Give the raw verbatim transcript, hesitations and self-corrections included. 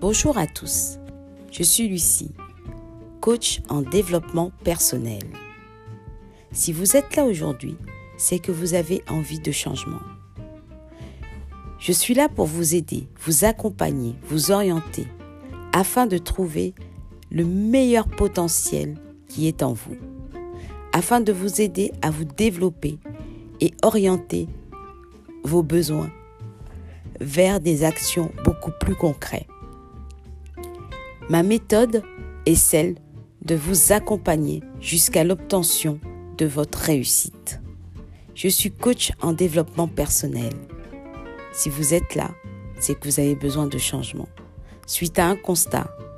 Bonjour à tous, je suis Lucie, coach en développement personnel. Si vous êtes là aujourd'hui, c'est que vous avez envie de changement. Je suis là pour vous aider, vous accompagner, vous orienter, afin de trouver le meilleur potentiel qui est en vous, afin de vous aider à vous développer et orienter vos besoins vers des actions beaucoup plus concrètes. Ma méthode est celle de vous accompagner jusqu'à l'obtention de votre réussite. Je suis coach en développement personnel. Si vous êtes là, c'est que vous avez besoin de changement. Suite à un constat,